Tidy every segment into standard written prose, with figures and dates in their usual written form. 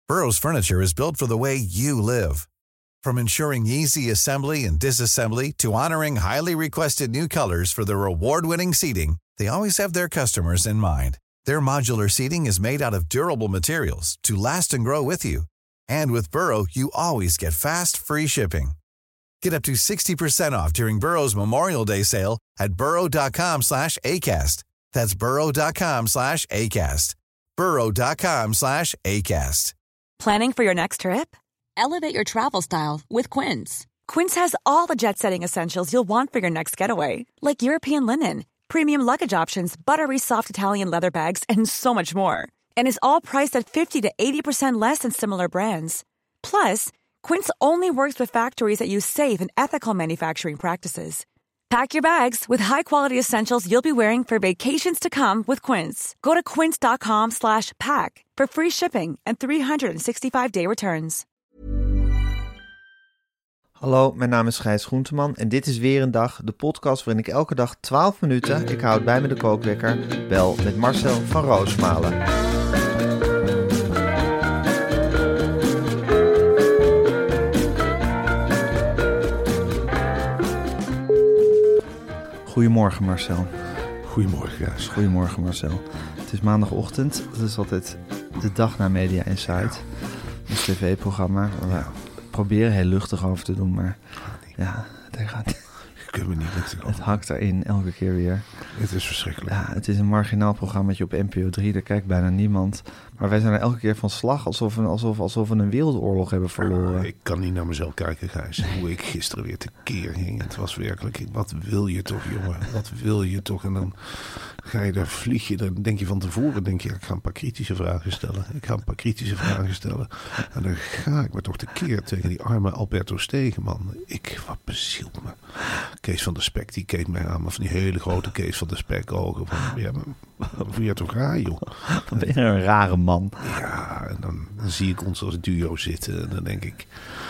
Burrow's furniture is built for the way you live. From ensuring easy assembly and disassembly to honoring highly requested new colors for their award-winning seating, they always have their customers in mind. Their modular seating is made out of durable materials to last and grow with you. And with Burrow, you always get fast, free shipping. Get up to 60% off during Burrow's Memorial Day sale at burrow.com/ACAST. That's burrow.com/ACAST. burrow.com/ACAST. Planning for your next trip? Elevate your travel style with Quince. Quince has all the jet-setting essentials you'll want for your next getaway, like European linen, premium luggage options, buttery soft Italian leather bags, and so much more. And is all priced at 50 to 80% less than similar brands. Plus, Quince only works with factories that use safe and ethical manufacturing practices. Pack your bags with high-quality essentials you'll be wearing for vacations to come with Quince. Go to quince.com/pack for free shipping and 365-day returns. Hallo, mijn naam is Gijs Groenteman en dit is weer een dag, de podcast waarin ik elke dag 12 minuten, ik houd bij me de kookwekker, bel met Marcel van Roosmalen. Goedemorgen Marcel. Goedemorgen Gijs. Goedemorgen Marcel. Het is maandagochtend, dat is altijd de dag na Media Insight. Een tv-programma waar we proberen heel luchtig over te doen, maar ja, het gaat. Kunnen we niet luchtig over. Het hakt erin elke keer weer. Het is verschrikkelijk. Ja, het is een marginaal programmaatje op NPO 3, daar kijkt bijna niemand. Maar wij zijn er elke keer van slag, alsof we een wereldoorlog hebben verloren. Ik kan niet naar mezelf kijken, Gijs. Hoe ik gisteren weer tekeer ging. Het was werkelijk, wat wil je toch, jongen? Wat wil je toch? En dan ga je daar, vlieg je, dan denk je van tevoren, ik ga een paar kritische vragen stellen. En dan ga ik me toch tekeer tegen die arme Alberto Stegeman. Wat bezielt me. Kees van der Spek, die keek mij aan, maar van die hele grote Kees van der Spek ogen. Ja, maar wat vind je toch raar, joh? Dan ben je een rare man. Ja, en dan zie ik ons als duo zitten en dan denk ik,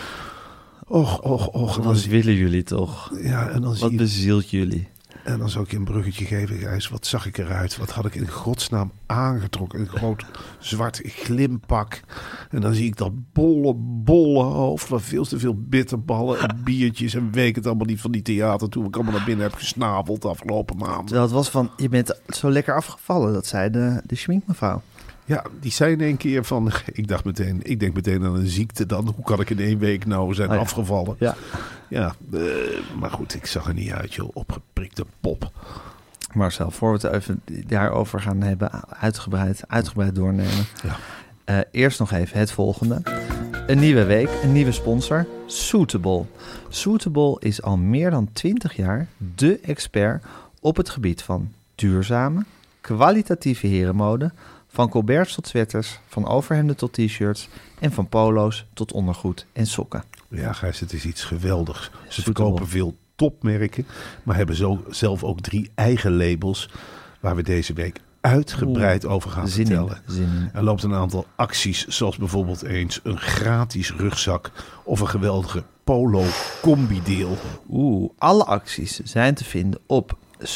och. Wat willen jullie toch? Ja, en dan wat bezielt jullie? En dan zou ik je een bruggetje geven, Gijs. Wat zag ik eruit? Wat had ik in godsnaam aangetrokken? Een groot zwart glimpak. En dan zie ik dat bolle hoofd. Waar veel te veel bitterballen en biertjes. En week het allemaal niet van die theater toen ik allemaal naar binnen heb gesnaveld de afgelopen maand. Terwijl het was van, je bent zo lekker afgevallen. Dat zei de schminkmevrouw. Ja, die zei in één keer van, ik denk meteen aan een ziekte dan. Hoe kan ik in 1 week nou zijn afgevallen? Ja, maar goed, ik zag er niet uit, joh. Opgeprikte pop. Marcel, voor we het even daarover gaan hebben, uitgebreid doornemen. Ja. Eerst nog even het volgende. Een nieuwe week, een nieuwe sponsor, Suitable. Suitable is al meer dan 20 jaar de expert op het gebied van duurzame, kwalitatieve herenmode. Van colberts tot sweaters, van overhemden tot t-shirts en van polo's tot ondergoed en sokken. Ja, Gijs, het is iets geweldigs. Ze verkopen veel topmerken, maar hebben zelf ook 3 eigen labels waar we deze week uitgebreid over gaan vertellen. Er loopt een aantal acties, zoals bijvoorbeeld eens een gratis rugzak of een geweldige polo-combideel. Alle acties zijn te vinden op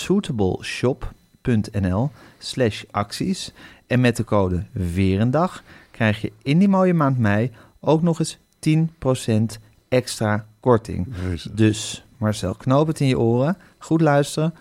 suitableshop.nl/acties. En met de code Weerendag krijg je in die mooie maand mei ook nog eens 10% extra korting. Dus Marcel, knoop het in je oren. Goed luisteren.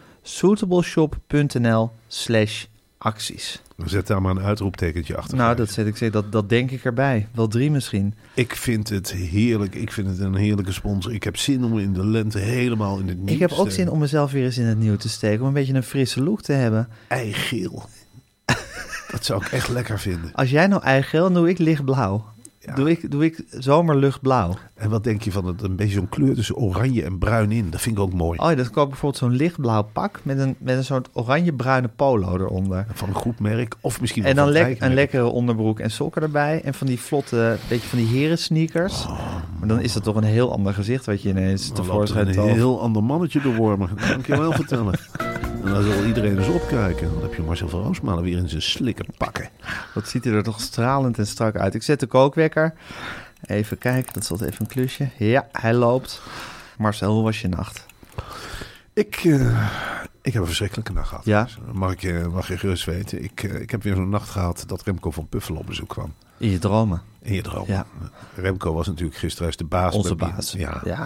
suitableshop.nl/acties. Zet daar maar een uitroeptekentje achter. Nou, dat denk ik erbij. Wel 3 misschien. Ik vind het heerlijk. Ik vind het een heerlijke sponsor. Ik heb zin om in de lente helemaal in het nieuw te steken. Ik heb ook zin om mezelf weer eens in het nieuw te steken. Om een beetje een frisse look te hebben. Eigeel. Dat zou ik echt lekker vinden. Als jij nou eigeel, dan doe ik lichtblauw. Ja. Doe ik zomerluchtblauw. En wat denk je van het een beetje zo'n kleur tussen oranje en bruin in? Dat vind ik ook mooi. Oh, dat koop ik bijvoorbeeld zo'n lichtblauw pak met een soort oranje-bruine polo eronder. Van een goed merk of misschien en wel dan een lekkere onderbroek en sokken erbij. En van die vlotte, beetje van die herensneakers. Maar dan is dat toch een heel ander gezicht wat je ineens tevoorschijn toont. Een heel ander mannetje doorwormen. Dat kan ik je wel vertellen. En dan zal iedereen eens opkijken. Dan heb je Marcel van Roosmalen weer in zijn slikker pakken. Wat ziet hij er toch stralend en strak uit. Ik zet de kookwekker. Even kijken, dat is altijd even een klusje. Ja, hij loopt. Marcel, hoe was je nacht? Ik heb een verschrikkelijke nacht gehad. Ja? Mag je gerust weten. Ik heb weer zo'n nacht gehad dat Remco van Puffelen op bezoek kwam. In je dromen. In je dromen. Ja. Remco was natuurlijk gisteren de baas. Onze baas. Ja.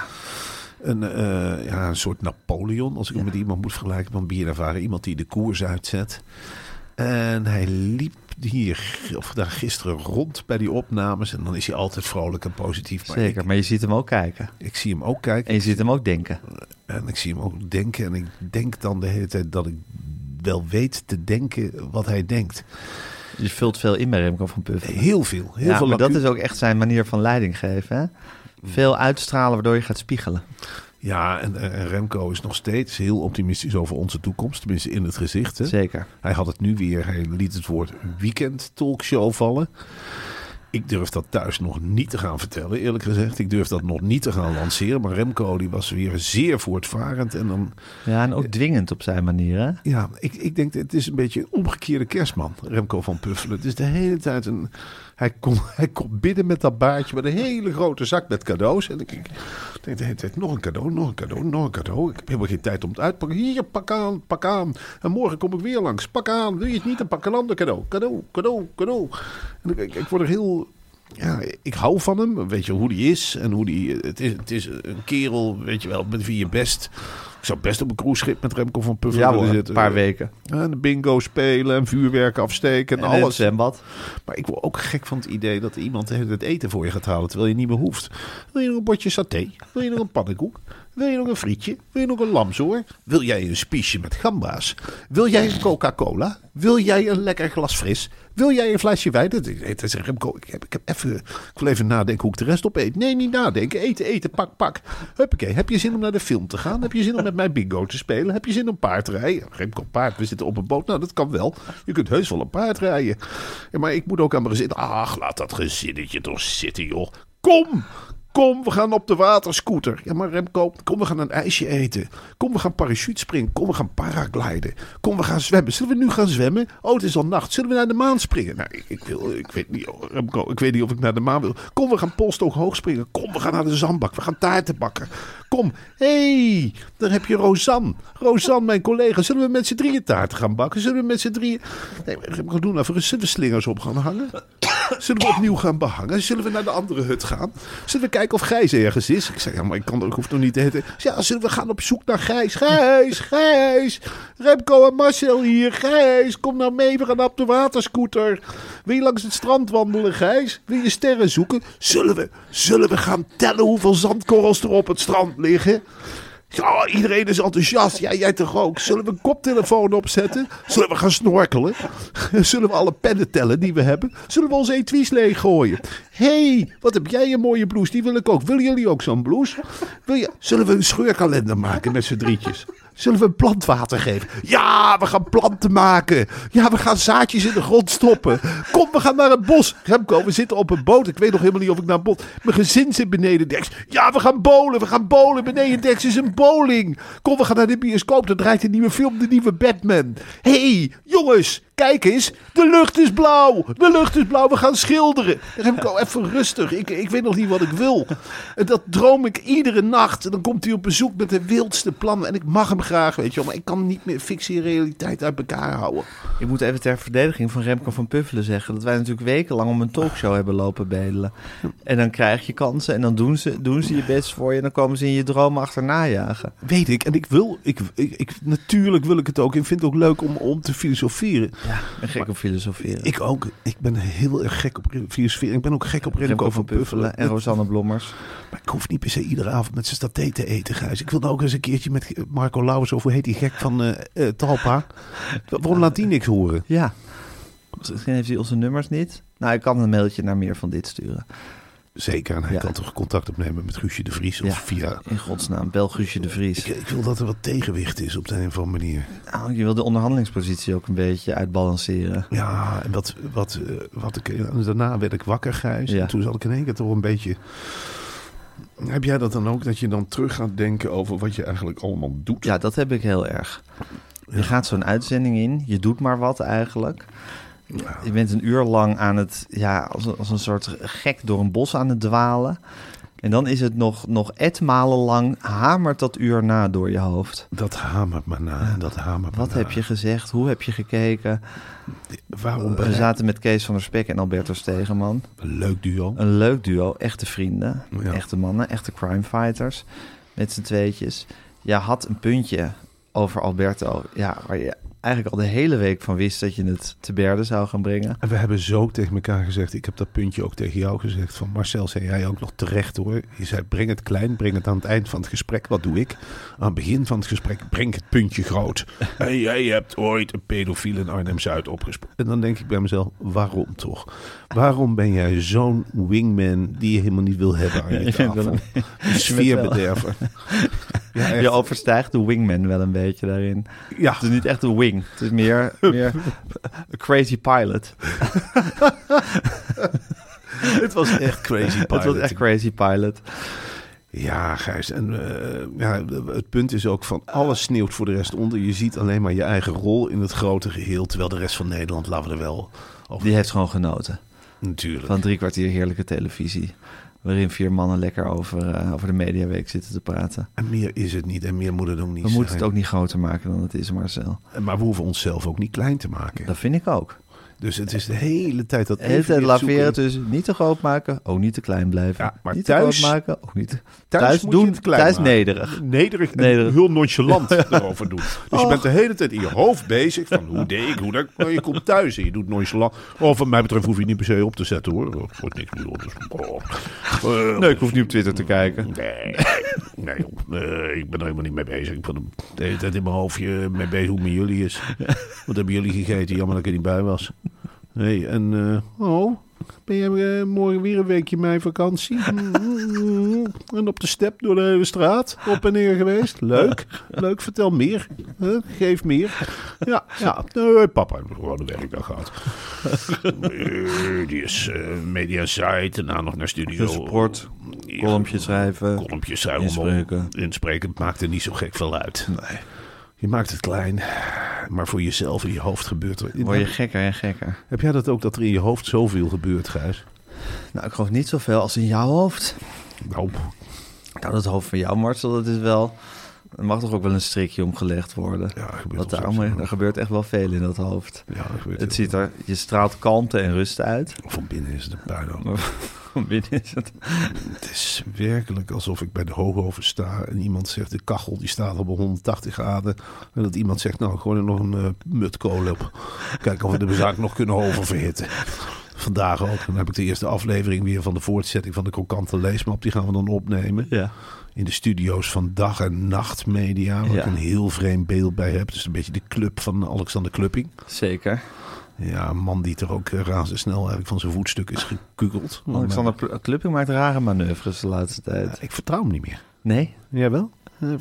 Een soort Napoleon, als ik hem met iemand moet vergelijken van BNNVARA. Iemand die de koers uitzet. En hij liep daar gisteren rond bij die opnames. En dan is hij altijd vrolijk en positief. Maar Zeker, maar je ziet hem ook kijken. Ik zie hem ook kijken. En je ziet hem ook denken. En ik zie hem ook denken. En ik denk dan de hele tijd dat ik wel weet te denken wat hij denkt. Je vult veel in bij Remco van Puffelen. Heel veel. Heel veel maar dat is ook echt zijn manier van leiding geven. Hè? Veel uitstralen waardoor je gaat spiegelen. Ja, en Remco is nog steeds heel optimistisch over onze toekomst. Tenminste in het gezicht. Hè? Zeker. Hij had het nu weer. Hij liet het woord weekend talkshow vallen. Ik durf dat thuis nog niet te gaan vertellen, eerlijk gezegd. Ik durf dat nog niet te gaan lanceren. Maar Remco die was weer zeer voortvarend. En ook dwingend op zijn manier, hè? Ja, ik denk het is een beetje een omgekeerde Kerstman, Remco van Puffelen. Het is de hele tijd Hij kon bidden met dat baardje met een hele grote zak met cadeaus. En ik denk de hele tijd, nog een cadeau, nog een cadeau, nog een cadeau. Ik heb helemaal geen tijd om het uit te pakken. Hier, pak aan. En morgen kom ik weer langs. Pak aan. Wil je het niet? Dan pak een ander cadeau. Cadeau. En ik word er heel... Ja, ik hou van hem. Weet je hoe die is. En hoe die... Het is een kerel, weet je wel, met wie je best... Ik zou best op een cruiseschip met Remco van Puffelen willen zitten. Een paar weken. En de bingo spelen en vuurwerk afsteken en alles. Het zwembad. Maar ik word ook gek van het idee dat iemand het eten voor je gaat halen terwijl je niet meer hoeft. Wil je nog een bordje saté? Wil je nog een pannenkoek? Wil je nog een frietje? Wil je nog een lamsoor? Wil jij een spiesje met gamba's? Wil jij een Coca-Cola? Wil jij een lekker glas fris? Wil jij een flesje wijn? Ik wil even nadenken hoe ik de rest opeet. Nee, niet nadenken. Eten, pak. Huppakee. Heb je zin om naar de film te gaan? Heb je zin om met mij bingo te spelen? Heb je zin om paard te rijden? Remco, paard, we zitten op een boot. Nou, dat kan wel. Je kunt heus wel een paard rijden. Ja, maar ik moet ook aan mijn gezin. Ach, laat dat gezinnetje toch zitten, joh. Kom, we gaan op de waterscooter. Ja, maar Remco, kom, we gaan een ijsje eten. Kom, we gaan parachutespringen. Kom, we gaan paragliden. Kom, we gaan zwemmen. Zullen we nu gaan zwemmen? Oh, het is al nacht. Zullen we naar de maan springen? Nou, ik weet niet, Remco, ik weet niet of ik naar de maan wil. Kom, we gaan polstok hoog springen. Kom, we gaan naar de zandbak. We gaan taarten bakken. Kom, hé, daar heb je Rosanne. Rosanne, mijn collega. Zullen we met z'n drieën taarten gaan bakken? Zullen we met z'n drieën... Nee, Remco, doen even. Zullen we slingers op gaan hangen? Zullen we opnieuw gaan behangen? Zullen we naar de andere hut gaan? Zullen we kijken of Gijs ergens is? Ik zeg, ja, maar ik hoef nog niet te heten. Ja, zullen we gaan op zoek naar Gijs? Gijs! Remco en Marcel hier. Gijs, kom nou mee, we gaan op de waterscooter. Wil je langs het strand wandelen, Gijs? Wil je sterren zoeken? Zullen we gaan tellen hoeveel zandkorrels er op het strand liggen? Ja, iedereen is enthousiast. Jij toch ook? Zullen we een koptelefoon opzetten? Zullen we gaan snorkelen? Zullen we alle pennen tellen die we hebben? Zullen we onze etuis leeggooien? Hé, wat heb jij een mooie blouse? Die wil ik ook. Willen jullie ook zo'n blouse? Zullen we een scheurkalender maken met z'n drietjes? Zullen we een plantwater geven? Ja, we gaan planten maken. Ja, we gaan zaadjes in de grond stoppen. Kom, we gaan naar het bos. Remco, we zitten op een boot. Ik weet nog helemaal niet of ik naar een boot... Mijn gezin zit beneden deks. Ja, we gaan bowlen. Beneden deks is een bowling. Kom, we gaan naar de bioscoop. Dan draait een nieuwe film, de nieuwe Batman. Hé, jongens, kijk eens. De lucht is blauw. We gaan schilderen. Remco, even rustig. Ik weet nog niet wat ik wil. En dat droom ik iedere nacht. En dan komt hij op bezoek met de wildste plannen. En ik mag hem graag, weet je wel. Maar ik kan niet meer fictie en realiteit uit elkaar houden. Ik moet even ter verdediging van Remco van Puffelen zeggen... dat wij natuurlijk wekenlang om een talkshow hebben lopen bedelen. En dan krijg je kansen en dan doen ze je best voor je... en dan komen ze in je dromen achterna jagen. Weet ik. En natuurlijk wil ik het ook. Ik vind het ook leuk om te filosoferen. Ja, ik ben gek op filosoferen. Ik ook. Ik ben heel erg gek op filosoferen. Ik ben ook gek op Remco van Puffelen. En Rosanne Blommers. Maar ik hoef niet per se iedere avond met zijn saté te eten, Gijs. Ik wilde ook eens een keertje met Marco Lauwers, of hoe heet die gek van Talpa. Waarom laat die niks horen? Ja. Misschien heeft hij onze nummers niet. Nou, ik kan een mailtje naar Meer van Dit sturen. Zeker, en hij kan toch contact opnemen met Guusje de Vries? Of via... in godsnaam, bel Guusje de Vries. Ik wil dat er wat tegenwicht is op de een of andere manier. Nou, je wil de onderhandelingspositie ook een beetje uitbalanceren. Ja, en daarna werd ik wakker, Gijs. Ja. En toen zat ik in één keer toch een beetje... Heb jij dat dan ook, dat je dan terug gaat denken over wat je eigenlijk allemaal doet? Ja, dat heb ik heel erg. Je gaat zo'n uitzending in, je doet maar wat eigenlijk... Je bent een uur lang aan het, als een soort gek door een bos aan het dwalen. En dan is het nog etmalen lang hamert dat uur na door je hoofd. Dat hamert me na. Dat hamert me Wat na. heb je gezegd? Hoe heb je gekeken? Waarom? We zaten met Kees van der Spek en Alberto Stegeman. Een leuk duo. Een leuk duo, echte vrienden, Ja. echte mannen, echte crime fighters. Met z'n tweetjes. Je had een puntje over Alberto, ja, waar je eigenlijk al de hele week van wist dat je het te berde zou gaan brengen. En we hebben zo tegen elkaar gezegd, ik heb dat puntje ook tegen jou gezegd, van Marcel, zei jij ook nog terecht hoor. Je zei, breng het klein, breng het aan het eind van het gesprek. Wat doe ik? Aan het begin van het gesprek, breng het puntje groot. En jij hebt ooit een pedofiel in Arnhem-Zuid opgesproken. En dan denk ik bij mezelf, waarom toch? Waarom ben jij zo'n wingman die je helemaal niet wil hebben aan je tafel? Een sfeerbederver. Ja, echt. Je overstijgt de wingman wel een beetje daarin. Ja. Het is niet echt een wing. Het is meer een crazy pilot. Het was echt crazy pilot. Het was echt crazy pilot. Ja, Gijs. En het punt is ook van alles sneeuwt voor de rest onder. Je ziet alleen maar je eigen rol in het grote geheel. Terwijl de rest van Nederland, laten we er wel over. Die heeft gewoon genoten. Natuurlijk. Van 3 kwartier heerlijke televisie. Waarin 4 mannen lekker over de mediaweek zitten te praten. En meer is het niet. En meer moet het ook niet We zijn. moeten het ook niet groter maken dan het is, Marcel. Maar we hoeven onszelf ook niet klein te maken. Dat vind ik ook. Dus het is de hele tijd dat De hele tijd evenwicht laveren zoeken. tussen niet te groot maken, ook niet te klein blijven. Ja, maar niet thuis- te groot maken, ook niet te... Thuis moet je het klein thuis maken. nederig. Nederig en Nederig. heel nonchalant erover doen. Dus je bent de hele tijd in je hoofd bezig van hoe deed ik, hoe dat. Maar je komt thuis en je doet nonchalant. Oh, van mij betreft hoef je niet per se op te zetten hoor. Er wordt niks meer door. Dus, Nee, ik hoef niet op Twitter te kijken. Nee, ik ben er helemaal niet mee bezig. Ik ben de hele tijd in mijn hoofdje mee bezig hoe het met jullie is. Wat hebben jullie gegeten? Jammer dat ik er niet bij was. Nee, en ben jij morgen weer een weekje mijn vakantie? En op de step door de hele straat op en neer geweest? Leuk, vertel meer. Geef meer. Ja. Nee, papa heeft gewoon een werkdag gehad. Die is mediasite, daarna nog naar studio. De sport, columnje schrijven, inspreken. Inspreken maakt er niet zo gek veel uit. Nee. Je maakt het klein, maar voor jezelf in je hoofd gebeurt er. Word je gekker en gekker. Heb jij dat ook, dat er in je hoofd zoveel gebeurt, Gijs? Nou, ik geloof niet zoveel als in jouw hoofd. Nou, Dat hoofd van jou, Marcel, dat is wel... Er mag toch ook wel een strikje omgelegd worden. ja, Want er gebeurt echt wel veel in dat hoofd. Ja, dat gebeurt Het heel ziet er, je straalt kalmte en rust uit. veel. Van binnen is het een puinhoop. Maar van binnen is het... Het is werkelijk alsof ik bij de Hoogoven sta en iemand zegt, de kachel die staat op 180 graden. En dat iemand zegt, nou, gooi er nog een mutkool op. Kijken of we de zaak nog kunnen oververhitten. Vandaag ook. Dan heb ik de eerste aflevering weer van de voortzetting van de Krokante Leesmap. Die gaan we dan opnemen. Ja. In de studio's van Dag en Nacht Media. Waar Ja. ik een heel vreemd beeld bij heb. Dus een beetje de club van Alexander Klupping. Zeker. Ja, een man die er ook razendsnel eigenlijk van zijn voetstuk is gekukeld. Alexander Klupping maakt rare manoeuvres de laatste tijd. Ik vertrouw hem niet meer. Nee? Jij wel?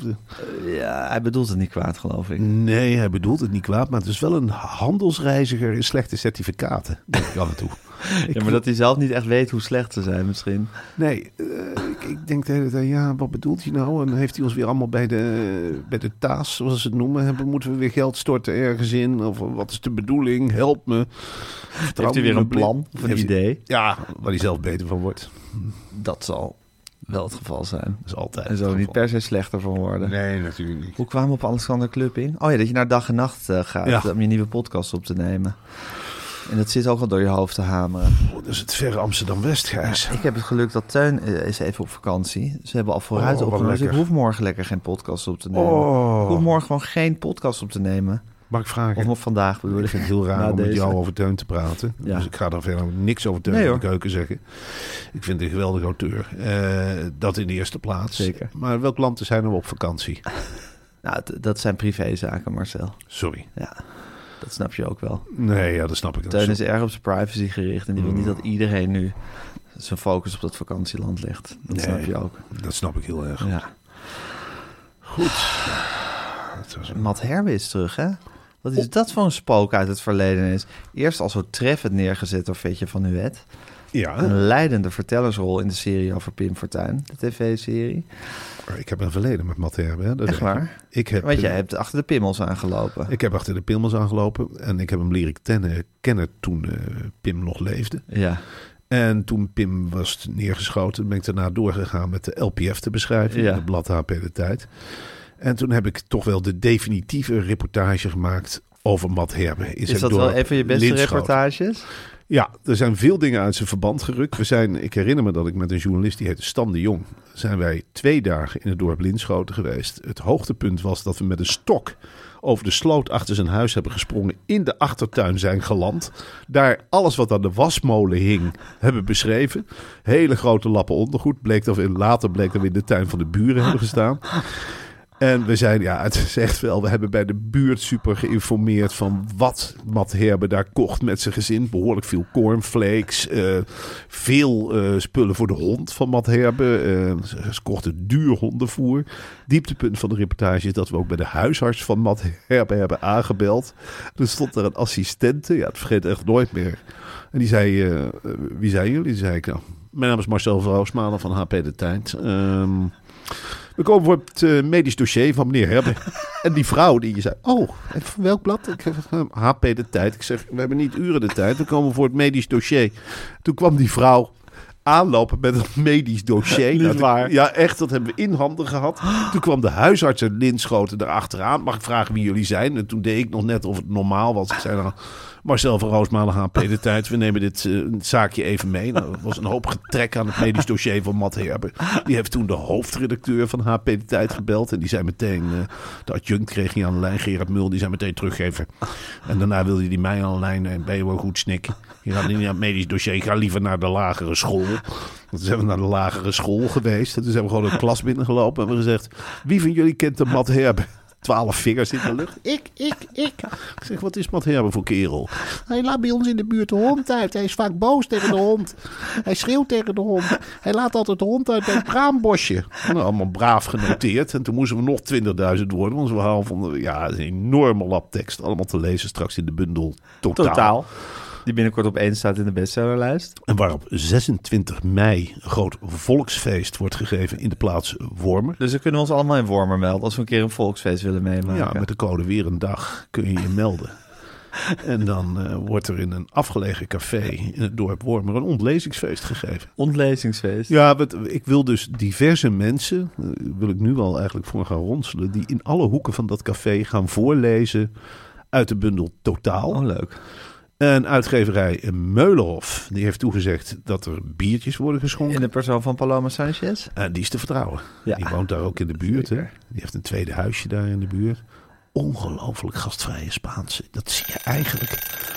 Ja, hij bedoelt het niet kwaad, geloof ik. Nee, hij bedoelt het niet kwaad. Maar het is wel een handelsreiziger in slechte certificaten. Denk ik af en toe. Ja, maar dat hij zelf niet echt weet hoe slecht ze zijn misschien. Nee, ik denk de hele tijd, ja, wat bedoelt hij nou? En dan heeft hij ons weer allemaal bij de taas, zoals ze het noemen. Moeten we weer geld storten ergens in? Of wat is de bedoeling? Help me. Heeft hij weer een plan of een idee? Ja, waar hij zelf beter van wordt. Dat zal wel het geval zijn. Dat is altijd En zo het niet geval. per se slechter van worden. Nee, natuurlijk niet. Hoe kwamen we op Alexander Klupping? Oh ja, dat je naar dag en nacht gaat Ja. om je nieuwe podcast op te nemen. En dat zit ook al door je hoofd te hameren. Oh, dat is het verre Amsterdam-West, Gijs. Ik heb het geluk dat Teun is even op vakantie. Ze hebben al vooruit Oh, wat opgenomen. Dus ik lekker. hoef morgen lekker geen podcast op te nemen. Oh. Ik hoef morgen gewoon geen podcast op te nemen. Mag ik vragen? Of nog vandaag bedoel Ik ik. vind het heel raar Na om met deze. jou over Teun te praten. Ja. Dus ik ga daar verder niks over Teun Nee, van hoor. de Keuken zeggen. Ik vind het een geweldige auteur. Dat in de eerste plaats. Zeker. Maar welk land zijn we op vakantie? Nou, dat zijn privézaken, Marcel. Sorry. Ja, dat snap je ook wel. Nee, ja, dat snap ik. Teun is erg op zijn privacy gericht. En die wil niet dat iedereen nu zijn focus op dat vakantieland legt. Dat Nee. snap je ook. Dat snap ik heel erg. Ja. Goed. Dat was een- Matt Herbe is terug, hè? Wat is dat voor een spook uit het verleden is? Eerst al zo treffend neergezet door Vetje van Huet. Ja, Een leidende vertellersrol in de serie over Pim Fortuyn, de tv-serie. ik heb een verleden met Matt Herbe. Hè? Dat Echt weet je. waar? Ik heb, Want jij hebt achter de pimmels aangelopen. ik heb achter de Pimmels aangelopen. En ik heb hem leren kennen toen Pim nog leefde. Ja, En toen Pim was neergeschoten, ben ik daarna doorgegaan met de LPF te beschrijven. Het blad HP De Tijd. En toen heb ik toch wel de definitieve reportage gemaakt over Mat Herbe. Is dat wel een van je beste reportages? Ja, er zijn veel dingen uit zijn verband gerukt. Ik herinner me dat ik met een journalist, die heette Stan de Jong, zijn wij 2 dagen in het dorp Linschoten geweest. Het hoogtepunt was dat we met een stok over de sloot achter zijn huis hebben gesprongen, in de achtertuin zijn geland. Daar alles wat aan de wasmolen hing hebben beschreven. Hele grote lappen ondergoed. Later bleek dat we in de tuin van de buren hebben gestaan. En we zijn, het is echt wel, we hebben bij de buurt super geïnformeerd van wat Mat Herbe daar kocht met zijn gezin. Behoorlijk veel cornflakes, veel spullen voor de hond van Mat Herbe. Ze kochten duur hondenvoer. Dieptepunt van de reportage is dat we ook bij de huisarts van Mat Herbe hebben aangebeld. Er stond daar een assistente, het vergeet echt nooit meer. En die zei, wie zijn jullie? Die zei ik, mijn naam is Marcel Roosmalen van HP De Tijd. We komen voor het medisch dossier van meneer Herbe. En die vrouw die zei, en van welk blad? Ik zeg, HP De Tijd. Ik zeg, we hebben niet uren de tijd. We komen voor het medisch dossier. Toen kwam die vrouw aanlopen met een medisch dossier. Niet waar. Ja, echt, dat hebben we in handen gehad. Toen kwam de huisarts uit Linschoten erachteraan. Mag ik vragen wie jullie zijn? En toen deed ik nog net of het normaal was. Ik zei dan, Marcel van Roosmalen, HP De Tijd. We nemen dit zaakje even mee. Nou, er was een hoop getrek aan het medisch dossier van Mat Herbe. Die heeft toen de hoofdredacteur van HP De Tijd gebeld. En die zei meteen, de adjunct kreeg hij aan de lijn, Gerard Mul. Die zei meteen teruggeven. En daarna wilde hij mij aan de lijn. Ben je wel goed, Snik? Je gaat niet naar het medisch dossier. Ik ga liever naar de lagere school. Toen zijn we naar de lagere school geweest. En toen zijn we gewoon een klas binnengelopen. En we gezegd, wie van jullie kent de Mat Herbe? 12 vingers in de lucht. Ik. Ik zeg, wat is Mat Herbe voor kerel? Hij laat bij ons in de buurt de hond uit. Hij is vaak boos tegen de hond. Hij schreeuwt tegen de hond. Hij laat altijd de hond uit bij het braambosje. Nou, allemaal braaf genoteerd. En toen moesten we nog 20.000 woorden. Ons verhaal van, een enorme lap tekst. Allemaal te lezen straks in de bundel Totaal. Die binnenkort op 1 staat in de bestsellerlijst. En waarop 26 mei een groot volksfeest wordt gegeven in de plaats Wormer. Dus dan kunnen we ons allemaal in Wormer melden als we een keer een volksfeest willen meemaken. Ja, met de code Weer een Dag kun je je melden. En dan wordt er in een afgelegen café in het dorp Wormer een ontlezingsfeest gegeven. Ontlezingsfeest? Ja, ik wil dus diverse mensen, wil ik nu al eigenlijk voor gaan ronselen, die in alle hoeken van dat café gaan voorlezen uit de bundel Totaal. Oh, leuk. Een uitgeverij Meulenhof, die heeft toegezegd dat er biertjes worden geschonken. In de persoon van Paloma Sanchez? Die is te vertrouwen. Ja. Die woont daar ook in de buurt. Hè? Die heeft een tweede huisje daar in de buurt. Ongelooflijk gastvrije Spaanse. Dat zie je eigenlijk.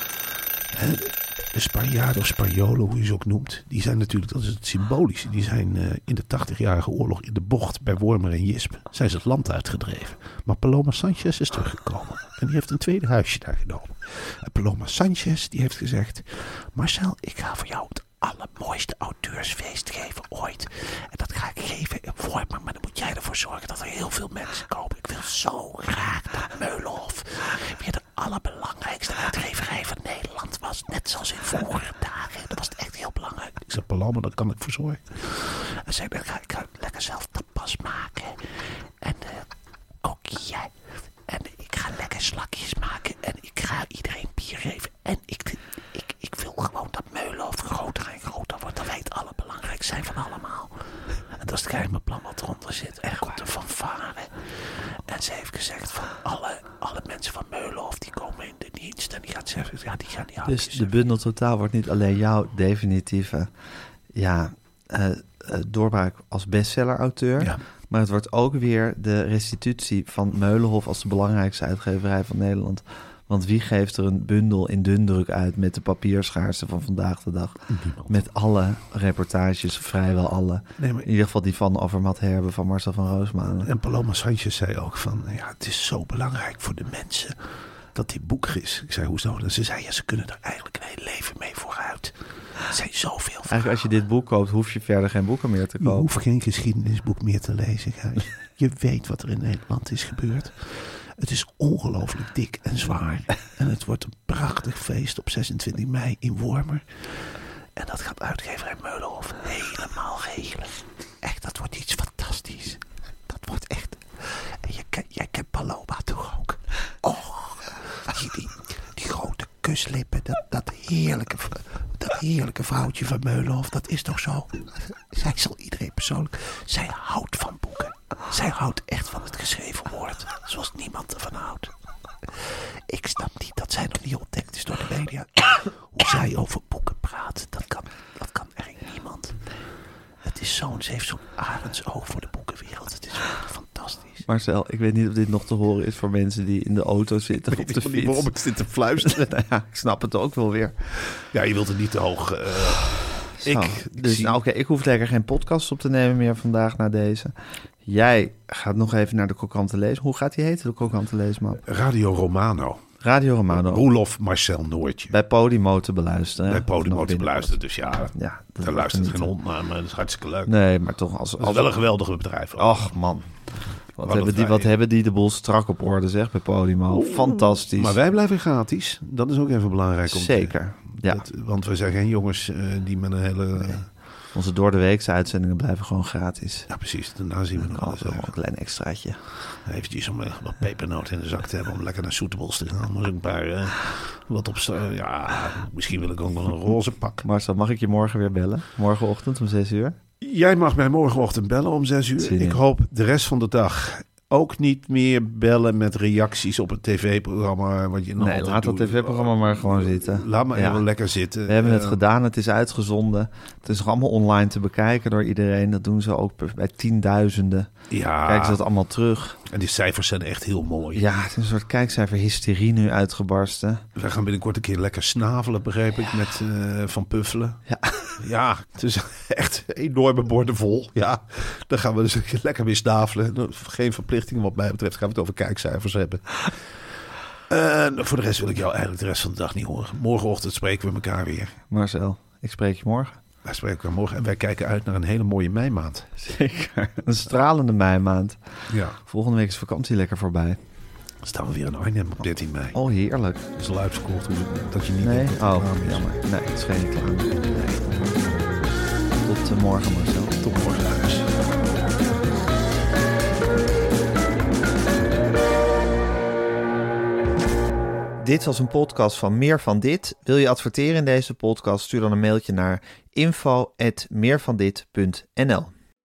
De Spanjaarden of Spanjolen, hoe je ze ook noemt. Die zijn natuurlijk, dat is het symbolische. Die zijn in de 80-jarige oorlog in de bocht bij Wormer en Jisp. Zijn ze het land uitgedreven. Maar Paloma Sanchez is teruggekomen. En die heeft een tweede huisje daar genomen. En Paloma Sanchez die heeft gezegd, Marcel, ik ga voor jou het allermooiste auteursfeest geven ooit. En dat ga ik geven in Wormer. Maar dan moet jij ervoor zorgen dat er heel veel mensen komen. Ik wil zo graag dat Meulenhof weer de allerbelangrijkste uitgeverij van Nederland was. Net zoals in vorige dagen. Dat was echt heel belangrijk. Ik zei, Paloma, daar kan ik voor zorgen. En zei, dan ga ik lekker zelf tapas maken. En kokkie. En ik ga lekker slakjes maken. En ik ga iedereen bier geven. En ik wil gewoon dat Meulenhof groter en groter wordt. Dat wij het allerbelangrijkste zijn van allemaal. En dat is het geheime plan wat eronder zit. En er komt een fanfare. En ze heeft gezegd van alle mensen van Meulenhof die komen in de dienst. En die gaat zeggen, die gaan die Dus de bundel Totaal wordt niet alleen jouw definitieve doorbraak als bestseller-auteur. Ja. Maar het wordt ook weer de restitutie van Meulenhof als de belangrijkste uitgeverij van Nederland. Want wie geeft er een bundel in dundruk uit met de papierschaarste van vandaag de dag? Niemand. Met alle reportages, vrijwel alle. Nee, maar in ieder geval die van over Mat Herbe van Marcel van Roosmalen. En Paloma Sanchez zei ook van, het is zo belangrijk voor de mensen dat dit boek is. Ik zei, hoezo? En ze zei, ze kunnen er eigenlijk een heel leven mee vooruit. Er zijn zoveel eigenlijk als je dit boek koopt, hoef je verder geen boeken meer te kopen. Je hoeft geen geschiedenisboek meer te lezen, Gijs. Je weet wat er in Nederland is gebeurd. Het is ongelooflijk dik en zwaar. En het wordt een prachtig feest op 26 mei in Wormer. En dat gaat uitgeverij Meulenhof helemaal regelen. Echt, dat wordt iets fantastisch. Dat wordt echt... En jij kent Paloma toch ook? Oh, die grote kuslippen, dat heerlijke... heerlijke vrouwtje van Meulenhof, dat is toch zo? Zij zal iedereen persoonlijk... Zij houdt van boeken. Zij houdt echt van het geschreven woord. Zoals niemand ervan houdt. Ik snap niet dat zij nog niet ontdekt is door de media. Hoe zij over boeken praat, dat kan eigenlijk niemand. Het is ze heeft zo'n arendsoog voor de boekenwereld. Het is fantastisch. Marcel, ik weet niet of dit nog te horen is voor mensen die in de auto zitten of op de fiets. Waarom ik zit te fluisteren? Nou ja, ik snap het ook wel weer. Ja, je wilt het niet te hoog... Ik hoef lekker geen podcast op te nemen meer vandaag na deze. Jij gaat nog even naar de Krokante Lees. Hoe gaat die heten, de Krokante Leesmap? Radio Romano. Radio Romano. Roelof Marcel Noortje. Bij Podimo te beluisteren. Bij Podimo te beluisteren, dus ja daar luistert geen hond naar, maar dat is hartstikke leuk. Nee, maar toch als wel een geweldige bedrijf. Ach man. Wat hebben die de boel strak op orde, zeg, bij Podimo. Fantastisch. Maar wij blijven gratis. Dat is ook even belangrijk. Zeker, ja. Want we zijn geen jongens die met een hele... Nee. Onze doordeweekse uitzendingen blijven gewoon gratis. Ja, precies. Daarna zien we nog alles. Een klein extraatje. Eventjes om wat pepernoot in de zak te hebben om lekker naar Soeterbos te gaan. Maar een paar wat op... misschien wil ik ook wel een roze pak. Marcel, mag ik je morgen weer bellen? Morgenochtend om 6:00? Jij mag mij morgenochtend bellen om 6:00. Ik hoop de rest van de dag ook niet meer bellen met reacties op het tv-programma. Laat dat tv-programma maar gewoon zitten. Laat maar even lekker zitten. We hebben het gedaan, het is uitgezonden. Het is allemaal online te bekijken door iedereen. Dat doen ze ook bij tienduizenden. Ja. Kijken ze dat allemaal terug. En die cijfers zijn echt heel mooi. Ja, het is een soort kijkcijferhysterie nu uitgebarsten. We gaan binnenkort een keer lekker snavelen, begreep ik, met Van Puffelen. Ja. Ja, het is echt enorme borden vol. Ja, dan gaan we dus een keer lekker weer snavelen. Geen verplichtingen wat mij betreft, gaan we het over kijkcijfers hebben. Voor de rest wil ik jou eigenlijk de rest van de dag niet horen. Morgenochtend spreken we elkaar weer. Marcel, ik spreek je morgen. Wij spreken elkaar morgen en wij kijken uit naar een hele mooie meimaand. Zeker, een stralende meimaand. Ja. Volgende week is vakantie lekker voorbij. Dan staan we weer in Arnhem op 13 mei. Oh, heerlijk. Het is al uitverkocht, dat je niet nee? weet wat jammer. Nee, het is geen reclame. Nee. Tot morgen, Marcel. Tot morgen, huis. Dit was een podcast van Meer van Dit. Wil je adverteren in deze podcast? Stuur dan een mailtje naar info@meervandit.nl.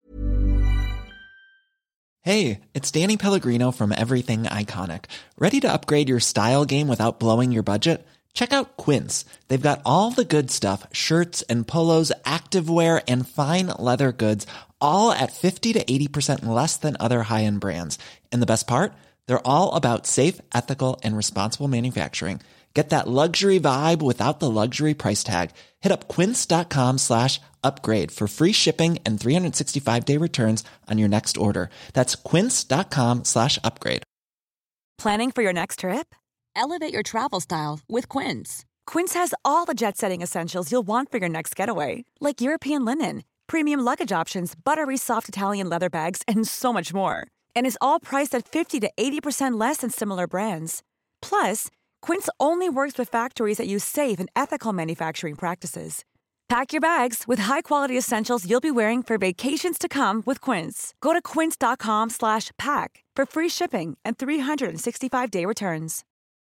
Hey, it's Danny Pellegrino from Everything Iconic. Ready to upgrade your style game without blowing your budget? Check out Quince. They've got all the good stuff, shirts and polos, activewear and fine leather goods, all at 50 to 80% less than other high-end brands. And the best part? They're all about safe, ethical, and responsible manufacturing. Get that luxury vibe without the luxury price tag. Hit up quince.com/upgrade for free shipping and 365-day returns on your next order. That's quince.com/upgrade. Planning for your next trip? Elevate your travel style with Quince. Quince has all the jet-setting essentials you'll want for your next getaway, like European linen, premium luggage options, buttery soft Italian leather bags, and so much more. And is all priced at 50 to 80% less than similar brands. Plus, Quince only works with factories that use safe and ethical manufacturing practices. Pack your bags with high-quality essentials you'll be wearing for vacations to come with Quince. Go to quince.com/pack for free shipping and 365-day returns.